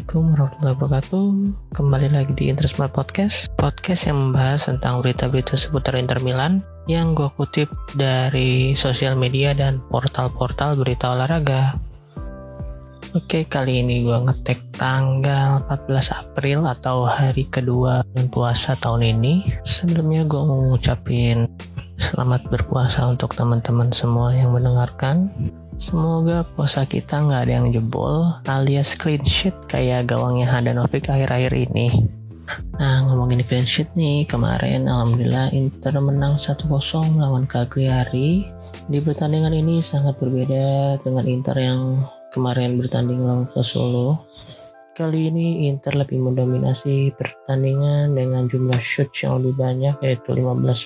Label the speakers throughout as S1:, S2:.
S1: Assalamualaikum warahmatullahi wabarakatuh. Kembali lagi di Intersmart Podcast yang membahas tentang berita-berita seputar Inter Milan yang gue kutip dari sosial media dan portal-portal berita olahraga. Oke, kali ini gue ngetek tanggal 14 April atau hari kedua bulan puasa tahun ini. Sebelumnya gue mau ngucapin selamat berpuasa untuk teman-teman semua yang mendengarkan. Semoga puasa kita nggak ada yang jebol alias clean sheet kayak gawangnya Handanovic akhir-akhir ini. Nah, ngomongin clean sheet nih, kemarin alhamdulillah Inter menang 1-0 melawan Cagliari. Di pertandingan ini sangat berbeda dengan Inter yang kemarin bertanding melawan Sassuolo. Kali ini Inter lebih mendominasi pertandingan dengan jumlah shoot yang lebih banyak, yaitu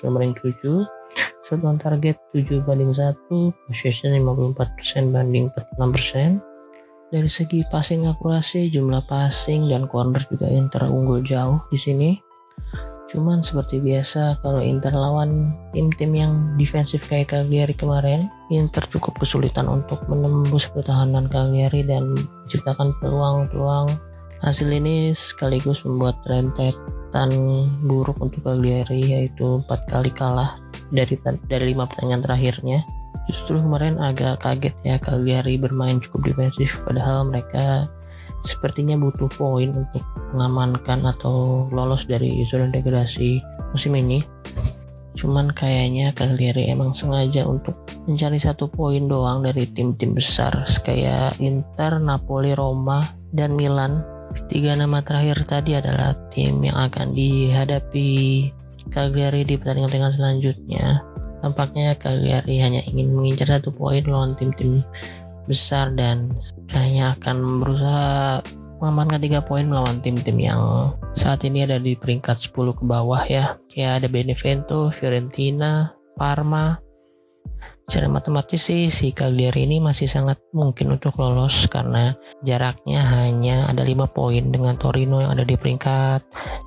S1: 15/7. Shot on target 7/1, possession 54% banding 46%. Dari segi passing akurasi, jumlah passing dan corner juga Inter unggul jauh di sini. Cuman seperti biasa kalau Inter lawan tim-tim yang defensif kayak Cagliari kemarin, Inter cukup kesulitan untuk menembus pertahanan Cagliari dan menciptakan peluang-peluang. Hasil ini sekaligus membuat rentetan buruk untuk Cagliari, yaitu 4 kali kalah dari 5 pertandingan terakhirnya. Justru kemarin agak kaget ya, Cagliari bermain cukup defensif padahal mereka sepertinya butuh poin untuk mengamankan atau lolos dari zona degradasi musim ini. Cuman kayaknya Cagliari emang sengaja untuk mencari 1 poin doang dari tim-tim besar kayak Inter, Napoli, Roma, dan Milan. 3 nama terakhir tadi adalah tim yang akan dihadapi Cagliari di pertandingan selanjutnya. Tampaknya Cagliari hanya ingin mengincar 1 poin lawan tim-tim besar dan kayaknya akan berusaha mengamankan 3 poin melawan tim-tim yang saat ini ada di peringkat 10 ke bawah ya. Kayak ada Benevento, Fiorentina, Parma. Secara matematis sih si Cagliari ini masih sangat mungkin untuk lolos karena jaraknya hanya ada 5 poin dengan Torino yang ada di peringkat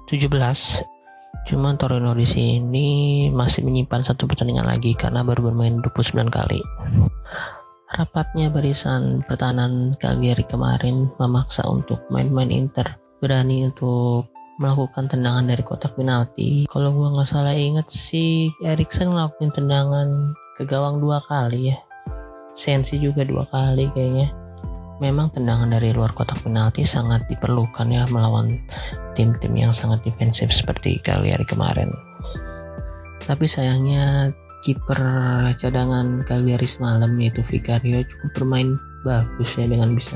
S1: 17. Cuman Torino di sini masih menyimpan 1 pertandingan lagi karena baru bermain 29 kali. Rapatnya barisan pertahanan Cagliari kemarin memaksa untuk main-main Inter berani untuk melakukan tendangan dari kotak penalti. Kalau gua nggak salah ingat sih, Eriksen ngelakuin tendangan ke gawang 2 kali ya. Sensi juga 2 kali kayaknya. Memang tendangan dari luar kotak penalti sangat diperlukan ya melawan tim-tim yang sangat defensif seperti Cagliari kemarin. Tapi sayangnya kiper cadangan Cagliari semalam yaitu Vicario cukup bermain bagus ya dengan bisa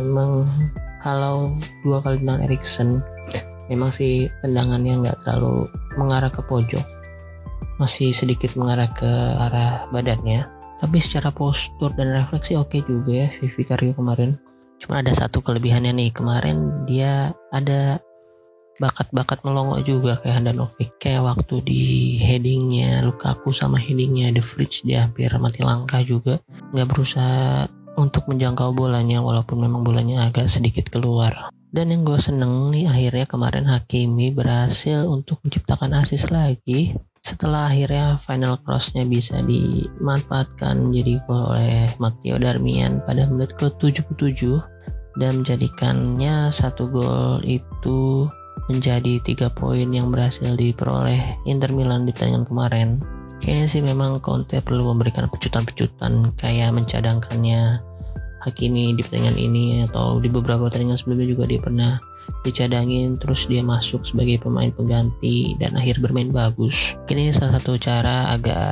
S1: menghalau 2 kali tendangan Eriksen. Memang sih tendangannya nggak terlalu mengarah ke pojok, masih sedikit mengarah ke arah badannya. Tapi secara postur dan refleksi oke juga ya Vicario kemarin. Cuma ada 1 kelebihannya nih, kemarin dia ada bakat-bakat melongo juga kayak Handanovic. Kayak waktu di headingnya Lukaku sama headingnya The Fridge dia hampir mati langkah juga. Nggak berusaha untuk menjangkau bolanya walaupun memang bolanya agak sedikit keluar. Dan yang gue seneng nih akhirnya kemarin Hakimi berhasil untuk menciptakan assist lagi. Setelah akhirnya final cross-nya bisa dimanfaatkan menjadi gol oleh Matteo Darmian pada menit ke-77 dan menjadikannya 1 gol itu menjadi 3 poin yang berhasil diperoleh Inter Milan di pertandingan kemarin. Kayaknya sih memang Conte perlu memberikan pecutan-pecutan kayak mencadangkannya Hakimi di pertandingan ini atau di beberapa pertandingan sebelumnya juga dia pernah dicadangin terus dia masuk sebagai pemain pengganti dan akhir bermain bagus. Mungkin ini salah satu cara agar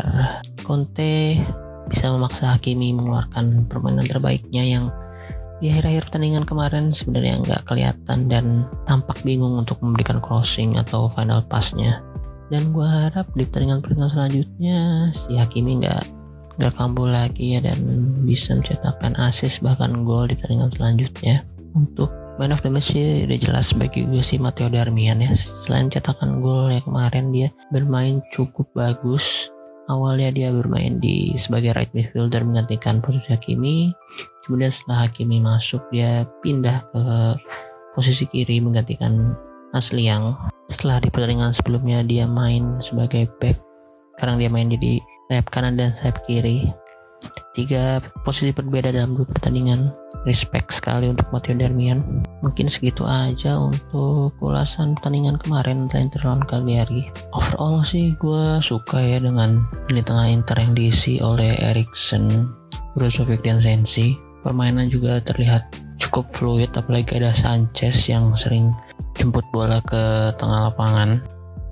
S1: Conte bisa memaksa Hakimi mengeluarkan permainan terbaiknya yang di akhir-akhir pertandingan kemarin sebenarnya nggak kelihatan dan tampak bingung untuk memberikan crossing atau final pass-nya. Dan gue harap di pertandingan selanjutnya si Hakimi nggak kambuh lagi ya dan bisa mencetakkan assist bahkan gol di pertandingan selanjutnya. Untuk man of the match sih udah jelas bagi gue si Matteo Darmian ya. Selain cetakan gol ya kemarin dia bermain cukup bagus. Awalnya dia bermain sebagai right midfielder menggantikan posisi Hakimi. Kemudian setelah Hakimi masuk dia pindah ke posisi kiri menggantikan Asliang. Setelah di pertandingan sebelumnya dia main sebagai back. Sekarang dia main jadi sayap kanan dan sayap kiri. 3 posisi berbeda dalam 2 pertandingan. Respect sekali untuk Matteo Darmian. Mungkin segitu aja untuk ulasan pertandingan kemarin Inter lawan Cagliari. Overall sih gue suka ya dengan lini tengah Inter yang diisi oleh Eriksen, Brozovic dan Sensi. Permainan juga terlihat cukup fluid, apalagi ada Sanchez yang sering jemput bola ke tengah lapangan.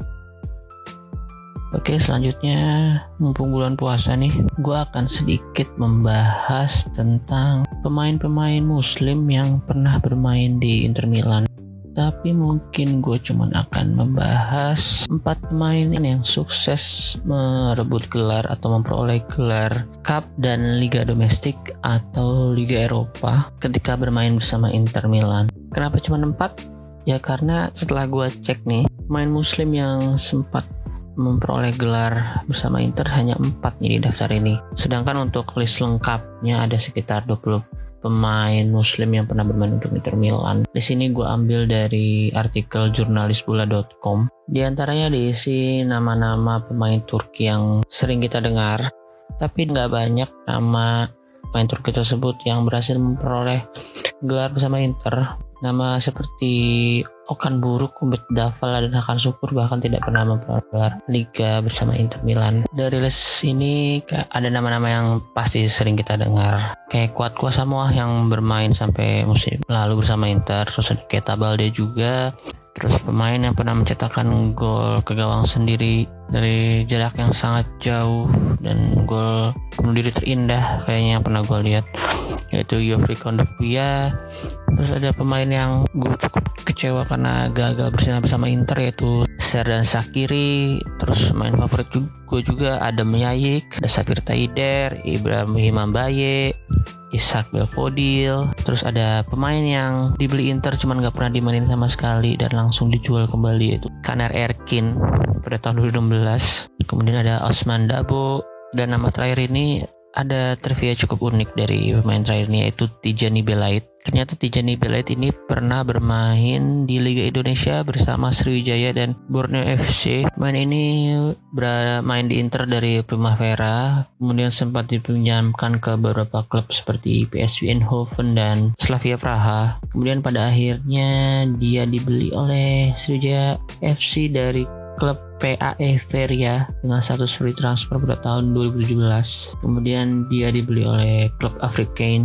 S1: Oke, selanjutnya mumpung bulan puasa nih, gue akan sedikit membahas tentang pemain-pemain muslim yang pernah bermain di Inter Milan. Tapi mungkin gue cuman akan membahas 4 pemain yang sukses merebut gelar atau memperoleh gelar Cup dan Liga Domestik atau Liga Eropa ketika bermain bersama Inter Milan. Kenapa cuma 4? Ya karena setelah gue cek nih, pemain muslim yang sempat memperoleh gelar bersama Inter hanya 4 nih di daftar ini. Sedangkan untuk list lengkapnya ada sekitar 20 pemain muslim yang pernah bermain untuk Inter Milan. Di sini gue ambil dari artikel jurnalisbola.com. Di antaranya diisi nama-nama pemain Turki yang sering kita dengar, tapi nggak banyak nama pemain Turki tersebut yang berhasil memperoleh gelar bersama Inter. Nama seperti Okan Buruk, Umberto Davala, dan Hakan Şükür bahkan tidak pernah memperoleh gelar Liga bersama Inter Milan. Dari list ini ada nama-nama yang pasti sering kita dengar, kayak Kuat Samoa yang bermain sampai musim lalu bersama Inter, terus ada Keita Balde juga, terus pemain yang pernah mencetakkan gol ke gawang sendiri dari jarak yang sangat jauh dan gol bunuh diri terindah kayaknya yang pernah gue lihat, yaitu Yofri Kondogbia. Terus ada pemain yang gue cukup kecewa karena gagal bersinar bersama Inter, yaitu Xherdan Shaqiri. Terus pemain favorit gue juga Adam Ljajic, ada Sapir Taider, Ibrahim Mbaye, Ishak Belfodil. Terus ada pemain yang dibeli Inter cuman gak pernah dimainin sama sekali dan langsung dijual kembali, yaitu Caner Erkin pada tahun 2016. Kemudian ada Ousmane Dabo, dan nama terakhir ini ada trivia cukup unik dari pemain terakhir ini, yaitu Tijani Belait. Ternyata Tijani Belait ini pernah bermain di Liga Indonesia bersama Sriwijaya dan Borneo FC. Pemain ini bermain di Inter dari Primavera, kemudian sempat dipinjamkan ke beberapa klub seperti PSV Eindhoven dan Slavia Praha. Kemudian pada akhirnya dia dibeli oleh Sriwijaya FC dari klub PAE Veria dengan status free transfer pada tahun 2017. Kemudian dia dibeli oleh klub Africain,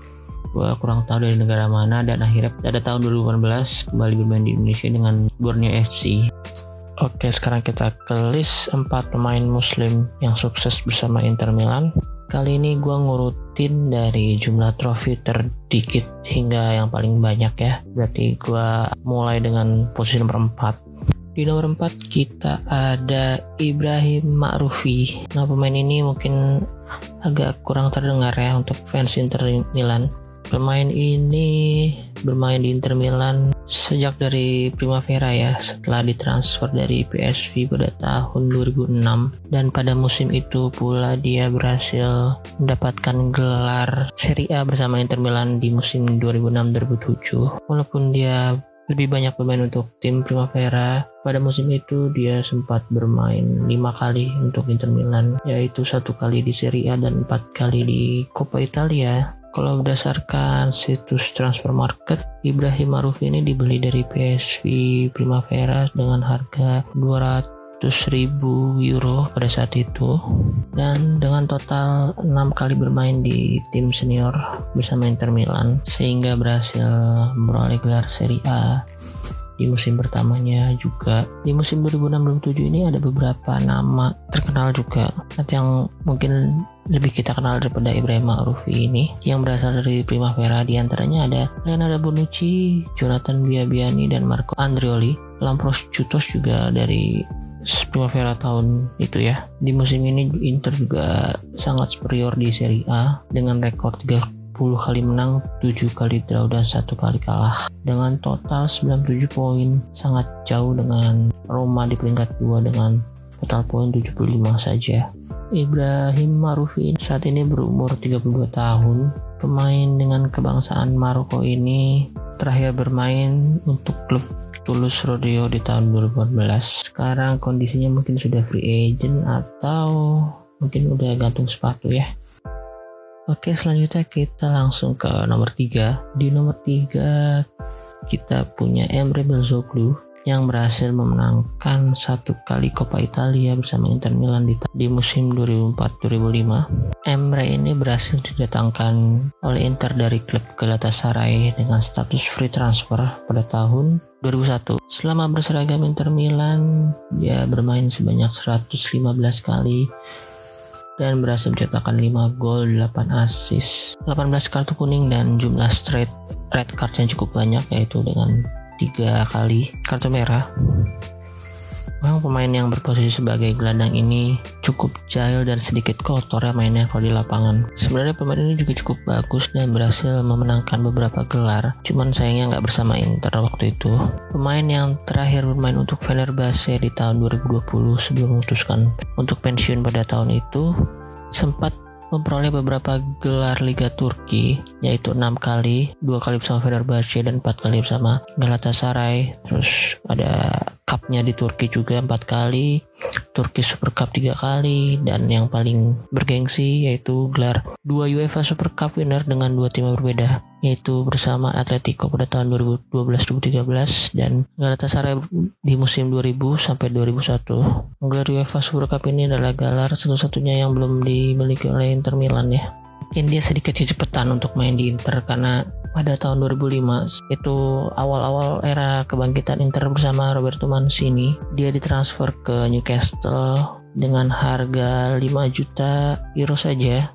S1: gua kurang tahu dari negara mana, dan akhirnya pada tahun 2018 kembali bermain di Indonesia dengan Borneo FC. Oke, sekarang kita ke list 4 pemain muslim yang sukses bersama Inter Milan. Kali ini gua ngurutin dari jumlah trofi terdikit hingga yang paling banyak ya. Berarti gua mulai dengan posisi nomor 4. Di nomor 4 kita ada Ibrahim Ma'rufi. Nah, pemain ini mungkin agak kurang terdengar ya untuk fans Inter Milan. Pemain ini bermain di Inter Milan sejak dari Primavera ya, setelah ditransfer dari PSV pada tahun 2006, dan pada musim itu pula dia berhasil mendapatkan gelar Serie A bersama Inter Milan di musim 2006-2007. Walaupun dia lebih banyak bermain untuk tim Primavera, pada musim itu dia sempat bermain 5 kali untuk Inter Milan, yaitu 1 kali di Serie A dan 4 kali di Coppa Italia. Kalau berdasarkan situs transfer market, Ibrahim Ma'rufi ini dibeli dari PSV Primavera dengan harga 200.000 euro pada saat itu, dan dengan total 6 kali bermain di tim senior bersama Inter Milan, sehingga berhasil memperoleh gelar Serie A di musim pertamanya juga. Di musim 2006-2007 ini ada beberapa nama terkenal juga, yang mungkin lebih kita kenal daripada Ibrahim Ma'rufi ini, yang berasal dari Primavera. Di antaranya ada Leonardo Bonucci, Jonathan Biabiani, dan Marco Andreoli. Lampros Chutos juga dari Primavera tahun itu ya. Di musim ini Inter juga sangat superior di Serie A dengan rekor 30 kali menang, 7 kali draw, dan 1 kali kalah, dengan total 97 poin, sangat jauh dengan Roma di peringkat 2 dengan total poin 75 saja. Ibrahim Ma'rufi saat ini berumur 32 tahun. Pemain dengan kebangsaan Maroko ini terakhir bermain untuk klub Toulouse Rodeo di tahun 2014. Sekarang kondisinya mungkin sudah free agent atau mungkin udah gantung sepatu ya. Oke, selanjutnya kita langsung ke nomor 3. Di nomor 3 kita punya Emre Belözoğlu yang berhasil memenangkan 1 kali Coppa Italia bersama Inter Milan di musim 2004-2005. Emre ini berhasil didatangkan oleh Inter dari klub Galatasaray dengan status free transfer pada tahun 2001. Selama berseragam Inter Milan, dia bermain sebanyak 115 kali dan berhasil mencetakkan 5 gol, 8 assist, 18 kartu kuning dan jumlah straight red card yang cukup banyak, yaitu dengan 3 kali kartu merah. Memang pemain yang berposisi sebagai gelandang ini cukup jahil dan sedikit kotor ya mainnya kalau di lapangan. Sebenarnya pemain ini juga cukup bagus dan berhasil memenangkan beberapa gelar, cuman sayangnya nggak bersama Inter waktu itu. Pemain yang terakhir bermain untuk Fenerbahce di tahun 2020 sebelum memutuskan untuk pensiun pada tahun itu, sempat memperoleh beberapa gelar Liga Turki, yaitu 6 kali, 2 kali bersama Fenerbahce dan 4 kali bersama Galatasaray. Terus ada cupnya di Turki juga 4 kali, Turki Super Cup 3 kali, dan yang paling bergengsi yaitu gelar 2 UEFA Super Cup winner dengan 2 tim berbeda, yaitu bersama Atletico pada tahun 2012-2013 dan Galatasaray di musim 2000 sampai 2001. Gelar UEFA Super Cup ini adalah gelar satu-satunya yang belum dimiliki oleh Inter Milan ya. Mungkin dia sedikit kecepatan untuk main di Inter karena pada tahun 2005 itu awal-awal era kebangkitan Inter bersama Roberto Mancini, dia ditransfer ke Newcastle dengan harga 5 juta euro saja.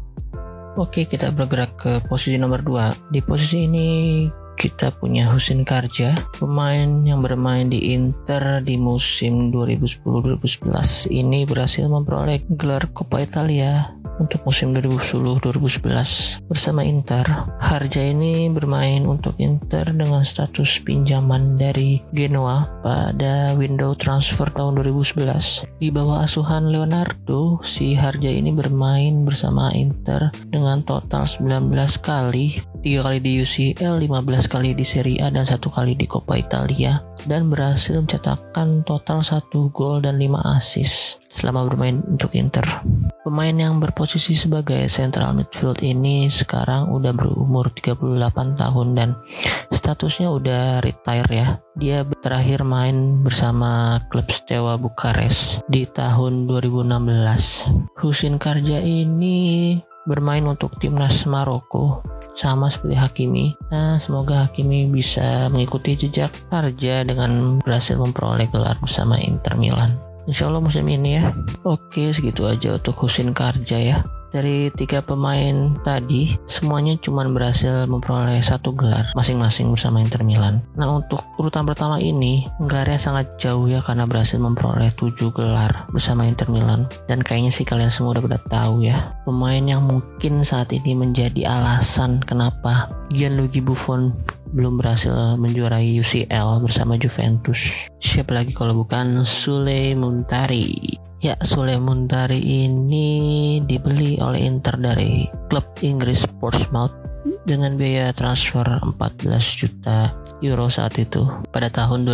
S1: Oke, kita bergerak ke posisi nomor 2. Di posisi ini kita punya Husin Karja, pemain yang bermain di Inter di musim 2010-2011. Ini berhasil memperoleh gelar Coppa Italia untuk musim 2010-2011 bersama Inter. Harja ini bermain untuk Inter dengan status pinjaman dari Genoa pada window transfer tahun 2011. Di bawah asuhan Leonardo, si Harja ini bermain bersama Inter dengan total 19 kali, 3 kali di UCL, 15 kali di Serie A dan 1 kali di Coppa Italia, dan berhasil mencetakkan total 1 gol dan 5 assist selama bermain untuk Inter. Pemain yang berposisi sebagai central midfield ini sekarang udah berumur 38 tahun dan statusnya udah retire ya. Dia terakhir main bersama klub Steaua Bukares di tahun 2016. Husin Karja ini bermain untuk timnas Maroko sama seperti Hakimi. Nah, semoga Hakimi bisa mengikuti jejak Karja dengan berhasil memperoleh gelar bersama Inter Milan, insya Allah musim ini ya. Oke, segitu aja untuk Husin Karja ya. Dari 3 pemain tadi, semuanya cuma berhasil memperoleh 1 gelar masing-masing bersama Inter Milan. Nah, untuk urutan pertama ini, gelarnya sangat jauh ya karena berhasil memperoleh 7 gelar bersama Inter Milan. Dan kayaknya sih kalian semua udah pada tahu ya, pemain yang mungkin saat ini menjadi alasan kenapa Gianluigi Buffon belum berhasil menjuarai UCL bersama Juventus. Siapa lagi kalau bukan Sule Muntari. Ya, Sule Muntari ini dibeli oleh Inter dari klub Inggris Portsmouth dengan biaya transfer 14 juta euro saat itu. Pada tahun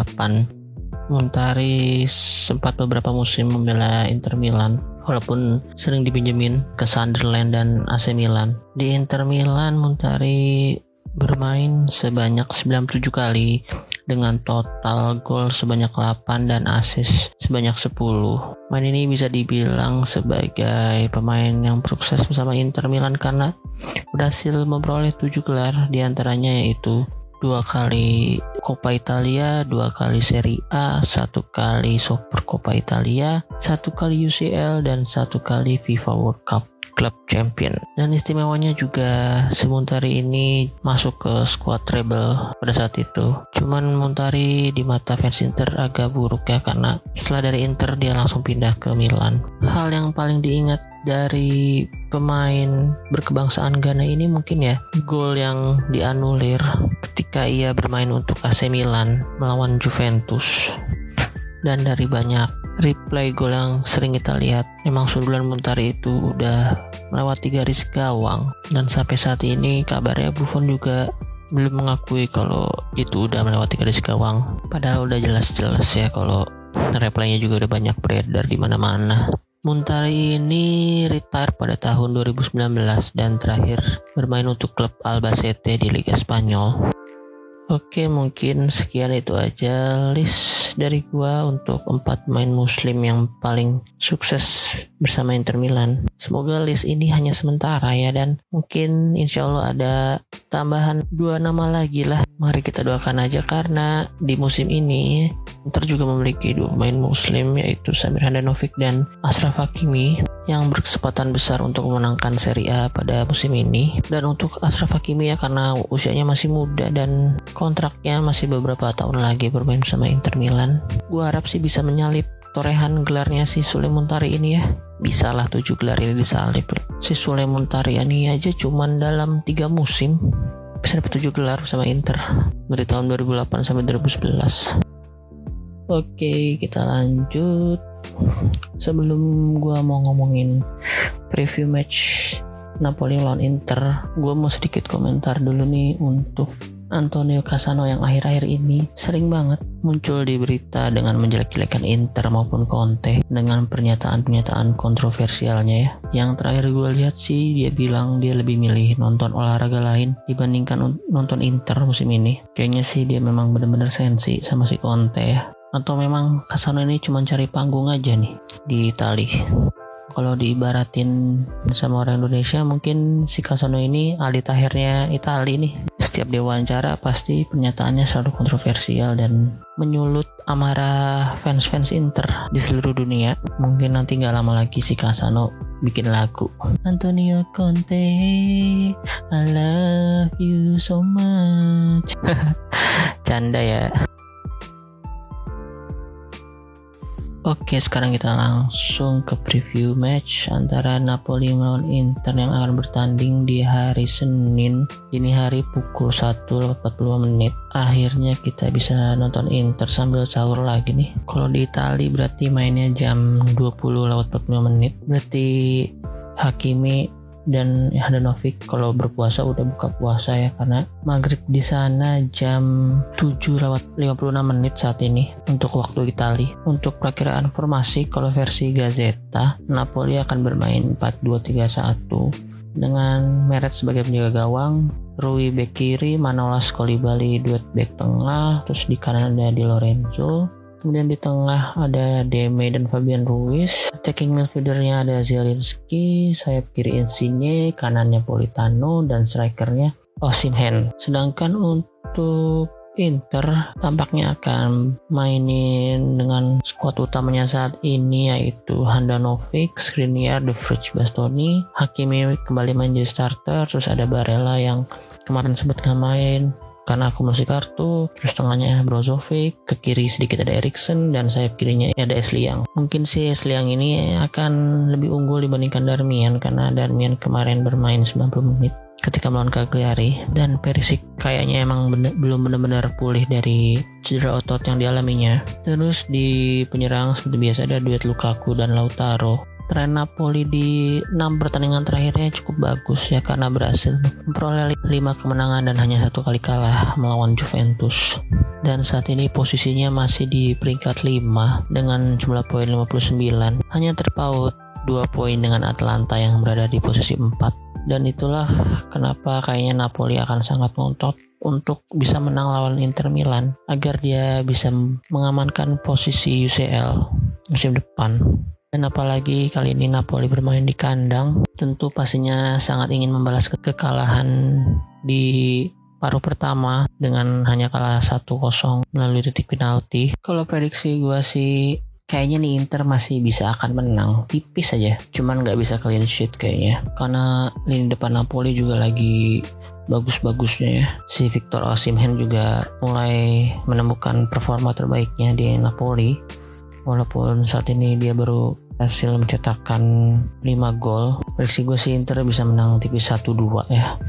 S1: 2008, Muntari sempat beberapa musim membela Inter Milan, walaupun sering dipinjemin ke Sunderland dan AC Milan. Di Inter Milan, Muntari bermain sebanyak 97 kali dengan total gol sebanyak 8 dan assist sebanyak 10. Pemain ini bisa dibilang sebagai pemain yang sukses bersama Inter Milan karena berhasil memperoleh 7 gelar, diantaranya yaitu 2 kali Coppa Italia, 2 kali Serie A, 1 kali Super Coppa Italia, 1 kali UCL, dan 1 kali FIFA World Cup Club Champion. Dan istimewanya juga si Muntari ini masuk ke squad treble pada saat itu. Cuman Muntari di mata fans Inter agak buruk ya karena setelah dari Inter dia langsung pindah ke Milan. Hal yang paling diingat dari pemain berkebangsaan Ghana ini mungkin ya gol yang dianulir ketika ia bermain untuk AC Milan melawan Juventus. Dan dari banyak replay gol yang sering kita lihat, memang sundulan Muntari itu udah melewati garis gawang. Dan sampai saat ini kabarnya Buffon juga belum mengakui kalau itu udah melewati garis gawang. Padahal udah jelas-jelas ya kalau replaynya juga udah banyak beredar di mana-mana. Muntari ini retire pada tahun 2019 dan terakhir bermain untuk klub Albacete di Liga Spanyol. Oke, mungkin sekian itu aja list dari gua untuk 4 pemain muslim yang paling sukses bersama Inter Milan. Semoga list ini hanya sementara ya, dan mungkin insya Allah ada tambahan 2 nama lagi lah. Mari kita doakan aja, karena di musim ini Inter juga memiliki 2 pemain muslim, yaitu Samir Handanovic dan Achraf Hakimi, yang berkesempatan besar untuk memenangkan Serie A pada musim ini. Dan untuk Achraf Hakimi ya, karena usianya masih muda dan kontraknya masih beberapa tahun lagi bermain bersama Inter Milan, gue harap sih bisa menyalip torehan gelarnya si Sule Muntari ini ya. Bisa lah 7 gelar ini disalip. Si Sule Muntari ini aja cuman dalam 3 musim bisa dapat 7 gelar bersama Inter dari tahun 2008 sampai 2011. Oke, kita lanjut. Sebelum gua mau ngomongin preview match Napoli lawan Inter, gua mau sedikit komentar dulu nih untuk Antonio Cassano yang akhir-akhir ini sering banget muncul di berita dengan menjelek-jelekan Inter maupun Conte dengan pernyataan-pernyataan kontroversialnya ya. Yang terakhir gue lihat sih dia bilang dia lebih milih nonton olahraga lain dibandingkan nonton Inter musim ini. Kayaknya sih dia memang benar-benar sensi sama si Conte ya. Atau memang Cassano ini cuma cari panggung aja nih di Itali. Kalau diibaratin sama orang Indonesia, mungkin si Cassano ini Aldi Tahirnya Itali nih. Setiap dia wawancara pasti pernyataannya selalu kontroversial dan menyulut amarah fans-fans Inter di seluruh dunia. Mungkin nanti gak lama lagi si Cassano bikin lagu Antonio Conte, I love you so much. Canda ya. Oke, sekarang kita langsung ke preview match antara Napoli melawan Inter yang akan bertanding di hari Senin dini hari pukul 1.45. Akhirnya kita bisa nonton Inter sambil sahur lagi nih. Kalau di Itali berarti mainnya jam 20.45. Berarti Hakimi dan Handanovic kalau berpuasa udah buka puasa ya, karena maghrib di sana jam 7.56 saat ini untuk waktu Itali. Untuk perakiraan formasi kalau versi Gazzetta, Napoli akan bermain 4-2-3-1 dengan Meret sebagai penjaga gawang, Rui bek kiri, Manolas Coulibaly duet bek tengah, terus di kanan ada Di Lorenzo. Kemudian di tengah ada Deme dan Fabian Ruiz. Attacking midfieldernya ada Zielinski, sayap kiri Insigne, kanannya Politano, dan strikernya Osimhen. Sedangkan untuk Inter tampaknya akan mainin dengan skuad utamanya saat ini, yaitu Handanovic, Skriniar, De Vrij, Bastoni, Hakimi kembali main jadi starter, terus ada Barella yang kemarin sempat nggak main karena akumulasi kartu, terus tengahnya Brozovic, ke kiri sedikit ada Eriksen, dan sayap kirinya ada Esliang. Mungkin si Esliang ini akan lebih unggul dibandingkan Darmian, karena Darmian kemarin bermain 90 menit ketika melawan Cagliari, dan Perisic kayaknya emang belum benar-benar pulih dari cedera otot yang dialaminya. Terus di penyerang seperti biasa ada duet Lukaku dan Lautaro. Tren Napoli di 6 pertandingan terakhirnya cukup bagus ya, karena berhasil memperoleh 5 kemenangan dan hanya 1 kali kalah melawan Juventus. Dan saat ini posisinya masih di peringkat 5 dengan jumlah poin 59, hanya terpaut 2 poin dengan Atalanta yang berada di posisi 4. Dan itulah kenapa kayaknya Napoli akan sangat ngotot untuk bisa menang lawan Inter Milan agar dia bisa mengamankan posisi UCL musim depan. Dan apalagi kali ini Napoli bermain di kandang, tentu pastinya sangat ingin membalas kekalahan di paruh pertama dengan hanya kalah 1-0 melalui titik penalti. Kalau prediksi gue sih kayaknya nih Inter masih bisa akan menang, tipis aja, cuman nggak bisa clean sheet kayaknya, karena lini depan Napoli juga lagi bagus-bagusnya ya. Si Victor Osimhen juga mulai menemukan performa terbaiknya di Napoli. Walaupun saat ini dia baru hasil mencetakkan 5 gol. Prediksi gue sih Inter bisa menang tipis 1-2 ya.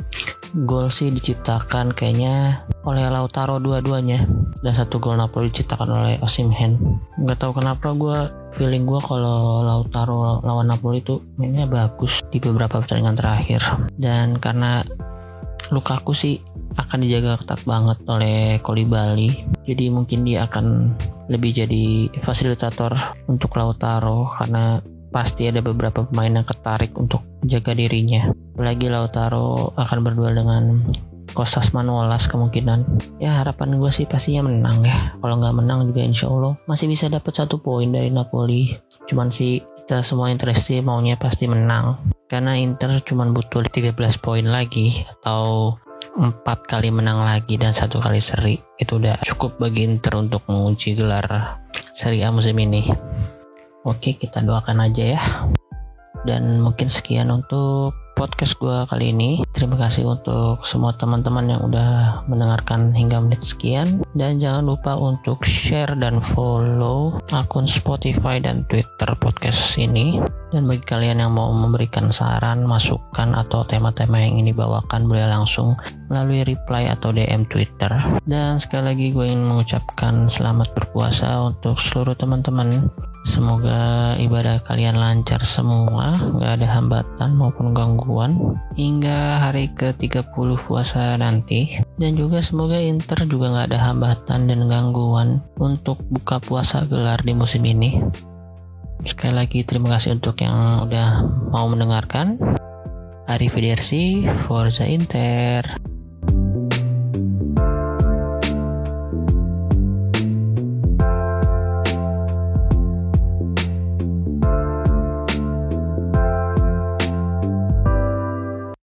S1: Gol sih diciptakan kayaknya oleh Lautaro dua-duanya, dan 1 gol Napoli diciptakan oleh Osimhen. Gak tahu kenapa feeling gue kalau Lautaro lawan Napoli itu mainnya bagus di beberapa pertandingan terakhir. Dan karena Lukaku sih akan dijaga ketat banget oleh Coulibaly, jadi mungkin dia akan lebih jadi fasilitator untuk Lautaro, karena pasti ada beberapa pemain yang ketarik untuk jaga dirinya. Apalagi Lautaro akan berduel dengan Kostas Manolas kemungkinan. Ya harapan gue sih pastinya menang ya. Kalau nggak menang juga insya Allah masih bisa dapat 1 poin dari Napoli. Cuman sih kita semua Interesti maunya pasti menang. Karena Inter cuman butuh 13 poin lagi atau 4 kali menang lagi dan 1 kali seri. Itu udah cukup bagi Inter untuk mengunci gelar Serie A musim ini. Oke, kita doakan aja ya. Dan mungkin sekian untuk podcast gue kali ini. Terima kasih untuk semua teman-teman yang udah mendengarkan hingga menit sekian. Dan jangan lupa untuk share dan follow akun Spotify dan Twitter podcast ini. Dan bagi kalian yang mau memberikan saran, masukan, atau tema-tema yang ini bawakan, boleh langsung melalui reply atau DM Twitter. Dan sekali lagi gue ingin mengucapkan selamat berpuasa untuk seluruh teman-teman. Semoga ibadah kalian lancar semua, gak ada hambatan maupun gangguan hingga hari ke-30 puasa nanti. Dan juga semoga Inter juga gak ada hambatan dan gangguan untuk buka puasa gelar di musim ini. Sekali lagi terima kasih untuk yang udah mau mendengarkan. Arrivederci, Forza Inter.